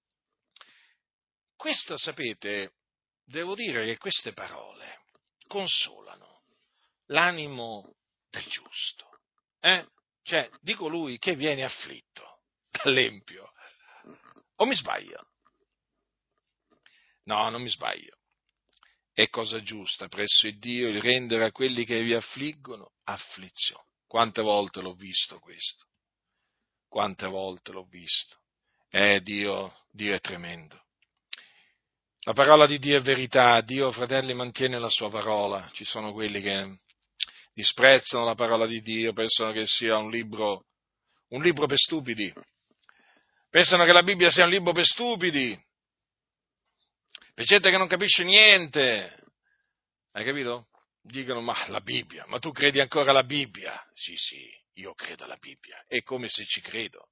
questo, sapete, devo dire che queste parole consolano l'animo del giusto, cioè di colui che viene afflitto dall'empio. O mi sbaglio? No, non mi sbaglio. È cosa giusta presso il Dio il rendere a quelli che vi affliggono afflizione. Quante volte l'ho visto questo? Quante volte l'ho visto? Dio è tremendo. La parola di Dio è verità, Dio, fratelli, mantiene la sua parola. Ci sono quelli che disprezzano la parola di Dio, pensano che sia un libro per stupidi. Pensano che la Bibbia sia un libro per stupidi, per gente che non capisce niente. Hai capito? Dicono: ma la Bibbia, ma tu credi ancora alla Bibbia? Sì, io credo alla Bibbia, è come se ci credo.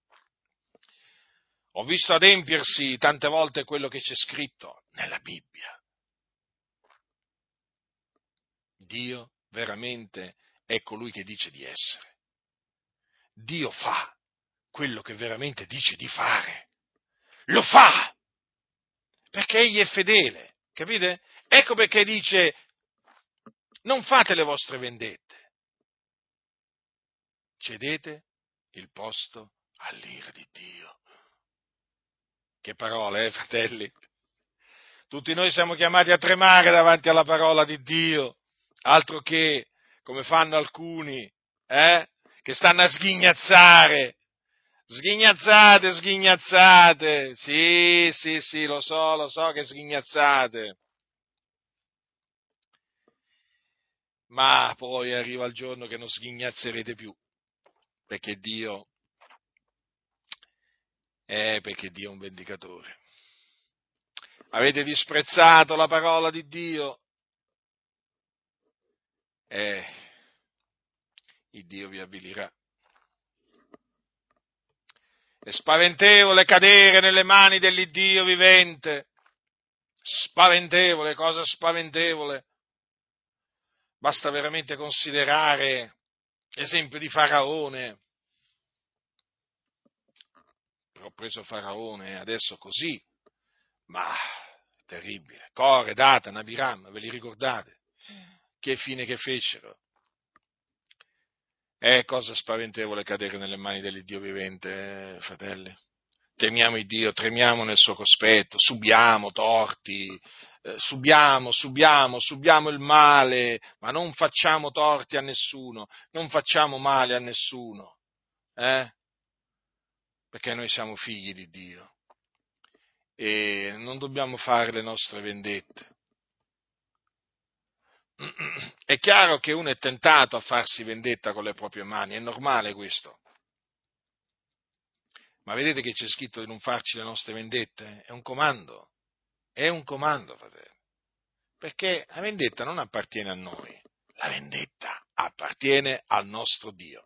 Ho visto adempiersi tante volte quello che c'è scritto nella Bibbia. Dio veramente è colui che dice di essere. Dio fa quello che veramente dice di fare. Lo fa! Perché Egli è fedele, capite? Ecco perché dice: non fate le vostre vendette, cedete il posto all'ira di Dio. Che parole, fratelli? Tutti noi siamo chiamati a tremare davanti alla parola di Dio, altro che come fanno alcuni, che stanno a sghignazzare. Sghignazzate, sì, lo so che sghignazzate. Ma poi arriva il giorno che non sghignazzerete più, perché perché Dio è un vendicatore. Avete disprezzato la parola di Dio, il Dio vi avvilirà. È spaventevole cadere nelle mani dell'Iddio vivente, spaventevole, cosa spaventevole. Basta veramente considerare l'esempio di Faraone. Ho preso Faraone adesso così, ma terribile. Core, Datan, Abiram, ve li ricordate? Che fine che fecero? È cosa spaventevole cadere nelle mani dell'Iddio vivente, fratelli. Temiamo il Dio, tremiamo nel suo cospetto, subiamo torti, subiamo il male, ma non facciamo torti a nessuno, non facciamo male a nessuno, perché noi siamo figli di Dio e non dobbiamo fare le nostre vendette. È chiaro che uno è tentato a farsi vendetta con le proprie mani, è normale questo. Ma vedete che c'è scritto di non farci le nostre vendette? È un comando, fratello. Perché la vendetta non appartiene a noi, la vendetta appartiene al nostro Dio.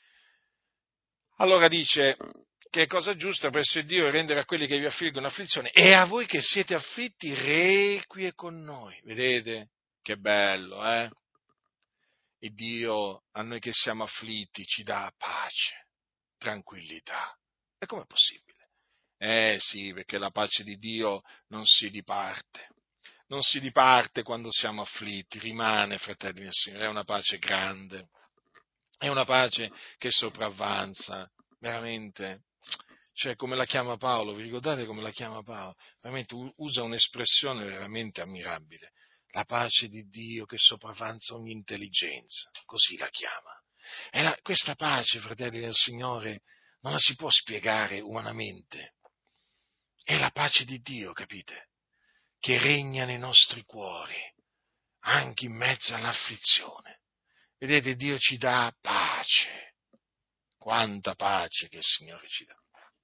Allora dice che è cosa giusta presso il Dio è rendere a quelli che vi affliggono afflizione e a voi che siete afflitti requie con noi. Vedete? Che bello, eh? Il Dio a noi che siamo afflitti ci dà pace, tranquillità. E com'è possibile? Sì, perché la pace di Dio non si diparte. Non si diparte quando siamo afflitti, rimane, fratelli del Signore, è una pace grande, è una pace che sopravvanza, veramente. Cioè, come la chiama Paolo, vi ricordate come la chiama Paolo? Veramente usa un'espressione veramente ammirabile. La pace di Dio che sopravvanza ogni intelligenza, così la chiama. E questa pace, fratelli del Signore, non la si può spiegare umanamente. È la pace di Dio, capite? Che regna nei nostri cuori, anche in mezzo all'afflizione. Vedete, Dio ci dà pace. Quanta pace che il Signore ci dà.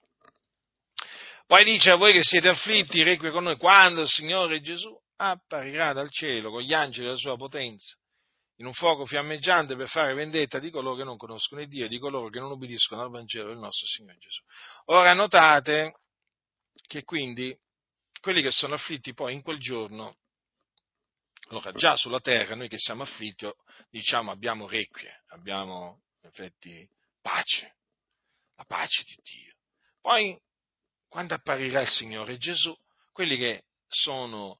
Poi dice a voi che siete afflitti, requie con noi, quando il Signore Gesù apparirà dal cielo con gli angeli della sua potenza, in un fuoco fiammeggiante per fare vendetta di coloro che non conoscono il Dio e di coloro che non ubbidiscono al Vangelo del nostro Signore Gesù. Ora notate che quindi quelli che sono afflitti poi in quel giorno, allora già sulla terra noi che siamo afflitti, diciamo abbiamo requie, abbiamo in effetti pace, la pace di Dio. Poi quando apparirà il Signore Gesù, quelli che sono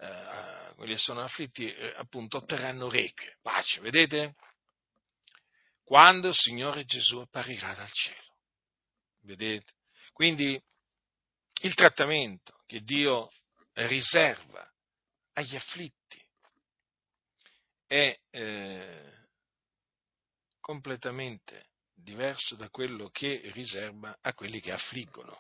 afflitti appunto otterranno requie, pace, vedete? Quando il Signore Gesù apparirà dal cielo, vedete? Quindi il trattamento che Dio riserva agli afflitti è completamente diverso da quello che riserva a quelli che affliggono.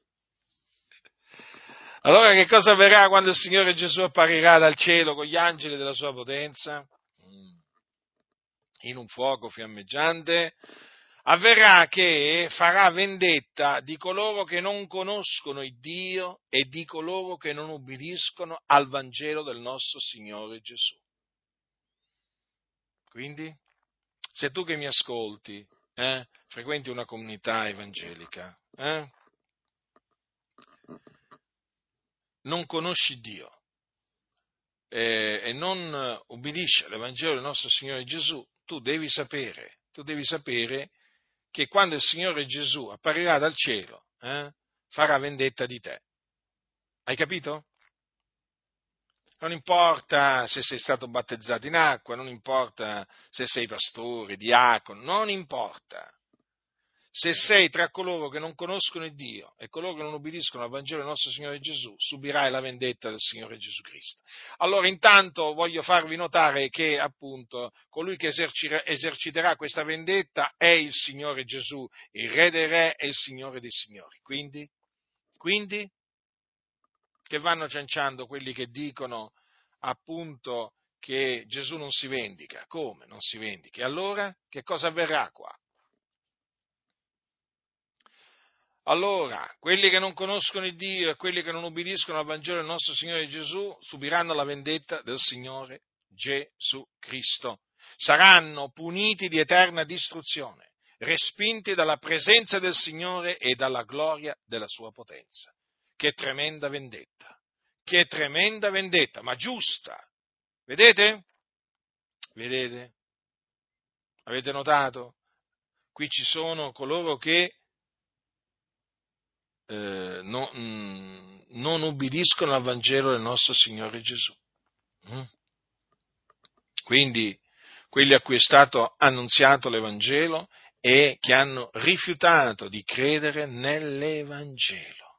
Allora che cosa avverrà quando il Signore Gesù apparirà dal cielo con gli angeli della sua potenza? In un fuoco fiammeggiante? Avverrà che farà vendetta di coloro che non conoscono il Dio e di coloro che non ubbidiscono al Vangelo del nostro Signore Gesù. Quindi, se tu che mi ascolti, frequenti una comunità evangelica, non conosci Dio e non ubbidisci all'Evangelo del nostro Signore Gesù, tu devi sapere che quando il Signore Gesù apparirà dal cielo, farà vendetta di te. Hai capito? Non importa se sei stato battezzato in acqua, non importa se sei pastore, diacono, non importa. Se sei tra coloro che non conoscono il Dio e coloro che non obbediscono al Vangelo del nostro Signore Gesù, subirai la vendetta del Signore Gesù Cristo. Allora, intanto voglio farvi notare che, appunto, colui che eserciterà questa vendetta è il Signore Gesù, il Re dei Re e il Signore dei Signori. Quindi, che vanno cianciando quelli che dicono, appunto, che Gesù non si vendica. Come non si vendica? E allora, che cosa avverrà qua? Allora, quelli che non conoscono il Dio e quelli che non ubbidiscono al Vangelo del nostro Signore Gesù subiranno la vendetta del Signore Gesù Cristo. Saranno puniti di eterna distruzione, respinti dalla presenza del Signore e dalla gloria della sua potenza. Che tremenda vendetta, ma giusta. Vedete? Vedete? Avete notato? Qui ci sono coloro che non ubbidiscono al Vangelo del nostro Signore Gesù. Quindi quelli a cui è stato annunziato l'Evangelo e che hanno rifiutato di credere nell'Evangelo.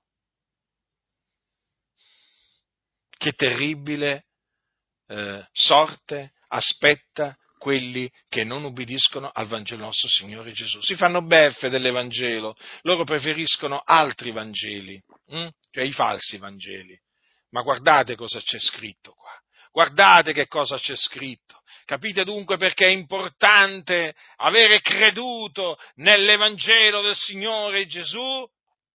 Che terribile sorte aspetta quelli che non ubbidiscono al Vangelo del nostro Signore Gesù. Si fanno beffe dell'Evangelo, loro preferiscono altri Vangeli, cioè i falsi Vangeli. Ma guardate cosa c'è scritto qua, guardate che cosa c'è scritto. Capite dunque perché è importante avere creduto nell'Evangelo del Signore Gesù?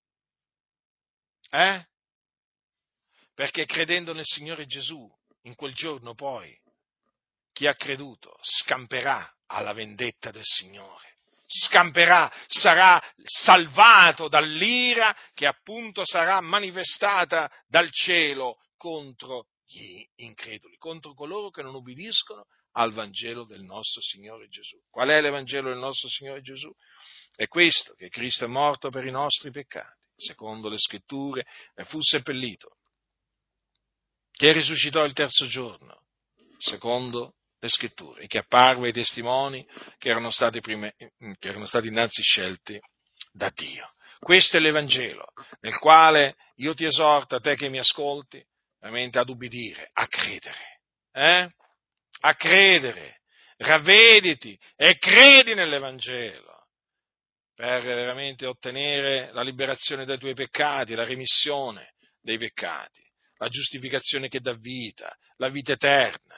Perché credendo nel Signore Gesù, in quel giorno poi, chi ha creduto scamperà alla vendetta del Signore, scamperà, sarà salvato dall'ira che appunto sarà manifestata dal cielo contro gli increduli, contro coloro che non ubbidiscono al Vangelo del nostro Signore Gesù. Qual è l'Evangelo del nostro Signore Gesù? È questo, che Cristo è morto per i nostri peccati, secondo le Scritture, e fu seppellito, che risuscitò il terzo giorno, secondo le Scritture, e che apparve ai testimoni che erano stati innanzi scelti da Dio. Questo è l'Evangelo, nel quale io ti esorto, a te che mi ascolti, veramente ad ubbidire, a credere, a credere, ravvediti e credi nell'Evangelo, per veramente ottenere la liberazione dai tuoi peccati, la remissione dei peccati, la giustificazione che dà vita, la vita eterna,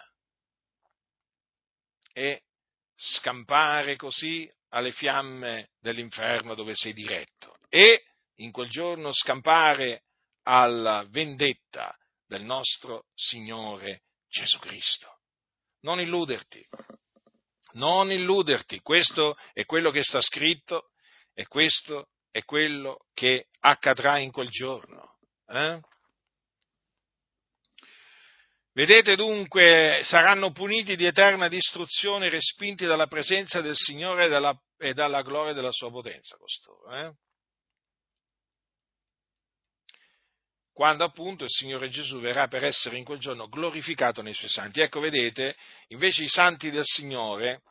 e scampare così alle fiamme dell'inferno dove sei diretto, e in quel giorno scampare alla vendetta del nostro Signore Gesù Cristo. Non illuderti, questo è quello che sta scritto e questo è quello che accadrà in quel giorno. Vedete dunque, saranno puniti di eterna distruzione, respinti dalla presenza del Signore e dalla gloria della sua potenza, costoro. Quando appunto il Signore Gesù verrà per essere in quel giorno glorificato nei suoi santi. Ecco, vedete, invece i santi del Signore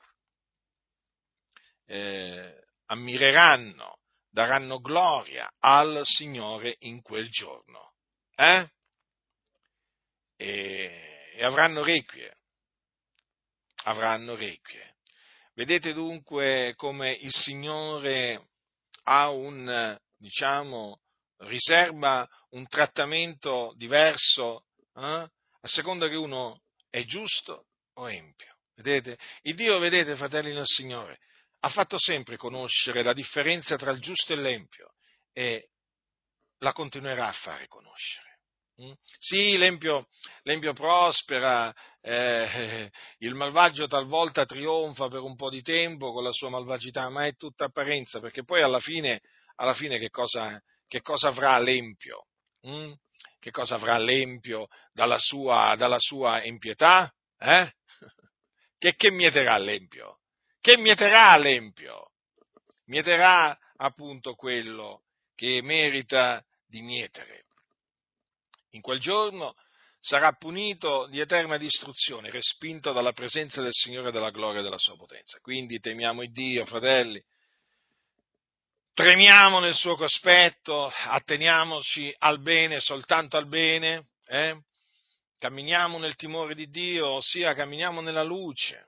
ammireranno, daranno gloria al Signore in quel giorno. E avranno requie. Vedete dunque come il Signore ha riserva un trattamento diverso, a seconda che uno è giusto o empio. Vedete? Il Dio, vedete, fratelli nel Signore, ha fatto sempre conoscere la differenza tra il giusto e l'empio e la continuerà a fare conoscere. Sì, l'empio prospera, il malvagio talvolta trionfa per un po' di tempo con la sua malvagità, ma è tutta apparenza, perché poi alla fine che cosa avrà l'empio? che cosa avrà l'empio dalla sua impietà? Che mieterà l'empio? Che mieterà l'empio? Mieterà appunto quello che merita di mietere. In quel giorno sarà punito di eterna distruzione, respinto dalla presenza del Signore della gloria e della sua potenza. Quindi temiamo il Dio, fratelli, tremiamo nel suo cospetto, atteniamoci al bene, soltanto al bene, camminiamo nel timore di Dio, ossia camminiamo nella luce.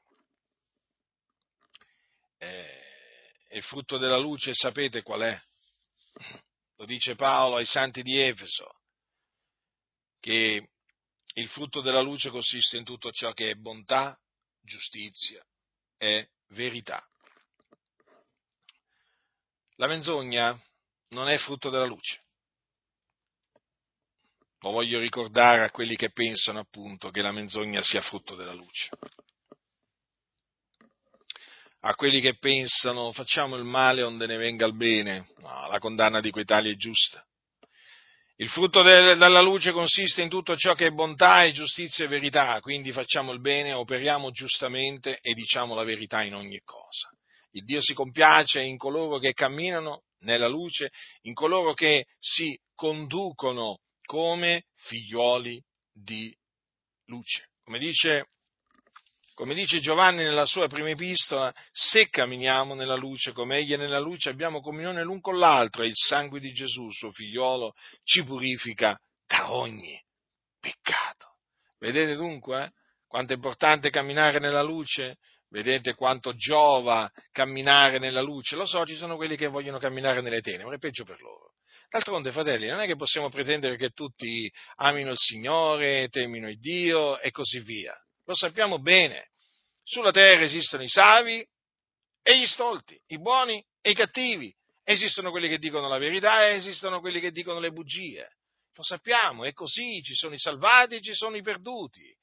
Il frutto della luce sapete qual è? Lo dice Paolo ai santi di Efeso, che il frutto della luce consiste in tutto ciò che è bontà, giustizia e verità. La menzogna non è frutto della luce. Lo voglio ricordare a quelli che pensano appunto che la menzogna sia frutto della luce. A quelli che pensano facciamo il male onde ne venga il bene. No, la condanna di quei tali è giusta. Il frutto della luce consiste in tutto ciò che è bontà e giustizia e verità, quindi facciamo il bene, operiamo giustamente e diciamo la verità in ogni cosa. Il Dio si compiace in coloro che camminano nella luce, in coloro che si conducono come figlioli di luce. Come dice Giovanni nella sua prima epistola, se camminiamo nella luce come egli è nella luce, abbiamo comunione l'un con l'altro e il sangue di Gesù, suo figliolo, ci purifica da ogni peccato. Vedete dunque quanto è importante camminare nella luce? Vedete quanto giova camminare nella luce? Lo so, ci sono quelli che vogliono camminare nelle tenebre, è peggio per loro. D'altronde, fratelli, non è che possiamo pretendere che tutti amino il Signore, temino il Dio e così via. Lo sappiamo bene. Sulla terra esistono i savi e gli stolti, i buoni e i cattivi. Esistono quelli che dicono la verità e esistono quelli che dicono le bugie. Lo sappiamo, è così, ci sono i salvati e ci sono i perduti.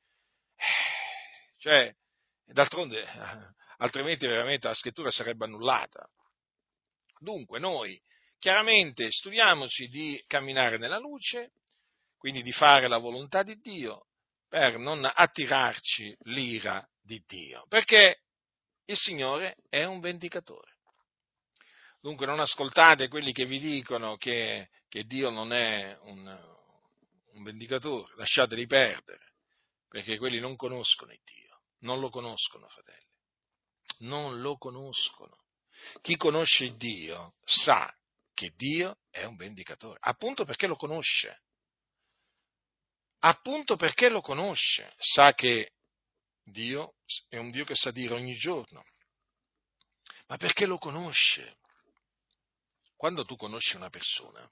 D'altronde, altrimenti veramente la scrittura sarebbe annullata. Dunque, noi chiaramente studiamoci di camminare nella luce, quindi di fare la volontà di Dio, per non attirarci l'ira di Dio, perché il Signore è un vendicatore. Dunque non ascoltate quelli che vi dicono che Dio non è un vendicatore, lasciateli perdere, perché quelli non conoscono il Dio, non lo conoscono, fratelli, non lo conoscono. Chi conosce Dio sa che Dio è un vendicatore, appunto perché lo conosce. Appunto perché lo conosce, sa che Dio è un Dio che sa dire ogni giorno, ma perché lo conosce. Quando tu conosci una persona,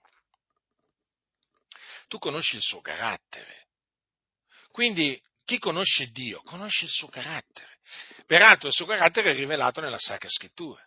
tu conosci il suo carattere. Quindi chi conosce Dio conosce il suo carattere. Peraltro il suo carattere è rivelato nella Sacra Scrittura.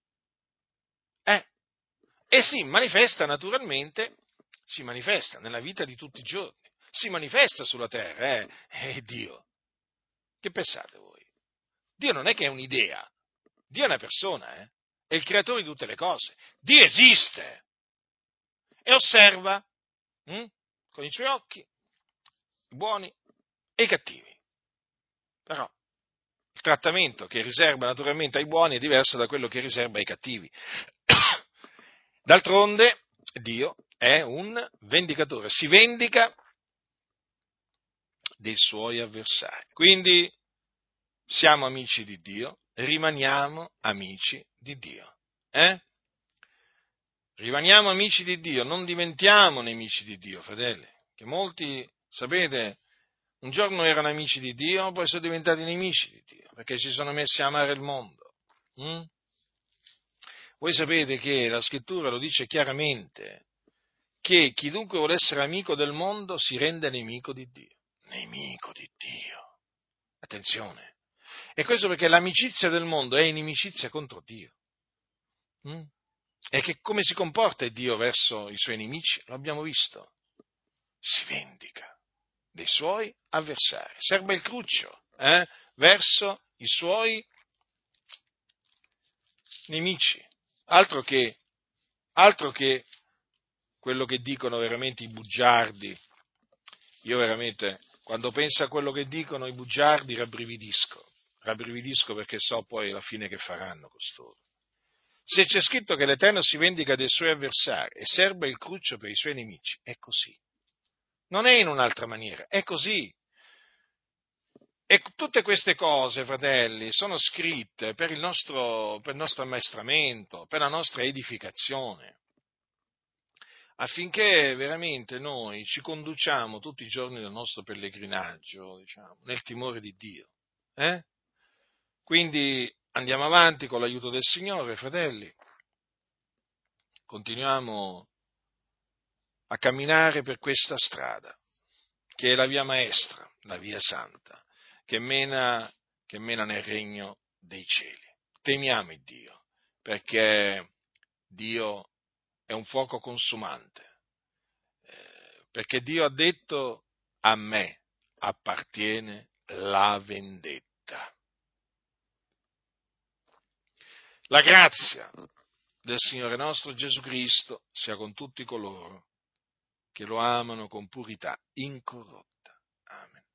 E si manifesta naturalmente, si manifesta nella vita di tutti i giorni, si manifesta sulla terra, è Dio. Che pensate voi? Dio non è che è un'idea, Dio è una persona, è il creatore di tutte le cose. Dio esiste e osserva con i suoi occhi i buoni e i cattivi. Però il trattamento che riserva naturalmente ai buoni è diverso da quello che riserva ai cattivi. D'altronde Dio è un vendicatore, si vendica dei suoi avversari. Quindi siamo amici di Dio, rimaniamo amici di Dio. Rimaniamo amici di Dio, non diventiamo nemici di Dio, fratelli, che molti, sapete, un giorno erano amici di Dio, poi sono diventati nemici di Dio, perché si sono messi a amare il mondo. Voi sapete che la Scrittura lo dice chiaramente, che chiunque vuole essere amico del mondo si rende nemico di Dio. Nemico di Dio. Attenzione. E questo perché l'amicizia del mondo è inimicizia contro Dio. E che come si comporta Dio verso i suoi nemici? Lo abbiamo visto. Si vendica dei suoi avversari. Serba il cruccio verso i suoi nemici. Altro che quello che dicono veramente i bugiardi Io veramente, quando penso a quello che dicono i bugiardi, rabbrividisco perché so poi la fine che faranno costoro. Se c'è scritto che l'Eterno si vendica dei suoi avversari e serba il cruccio per i suoi nemici, è così. Non è in un'altra maniera, è così. E tutte queste cose, fratelli, sono scritte per il nostro ammaestramento, per la nostra edificazione, affinché veramente noi ci conduciamo tutti i giorni del nostro pellegrinaggio, diciamo, nel timore di Dio. Eh? Quindi andiamo avanti con l'aiuto del Signore, fratelli, continuiamo a camminare per questa strada, che è la via maestra, la via santa, che mena nel regno dei cieli. Temiamo il Dio, perché Dio è un fuoco consumante, perché Dio ha detto: a me appartiene la vendetta. La grazia del Signore nostro Gesù Cristo sia con tutti coloro che lo amano con purità incorrotta. Amen.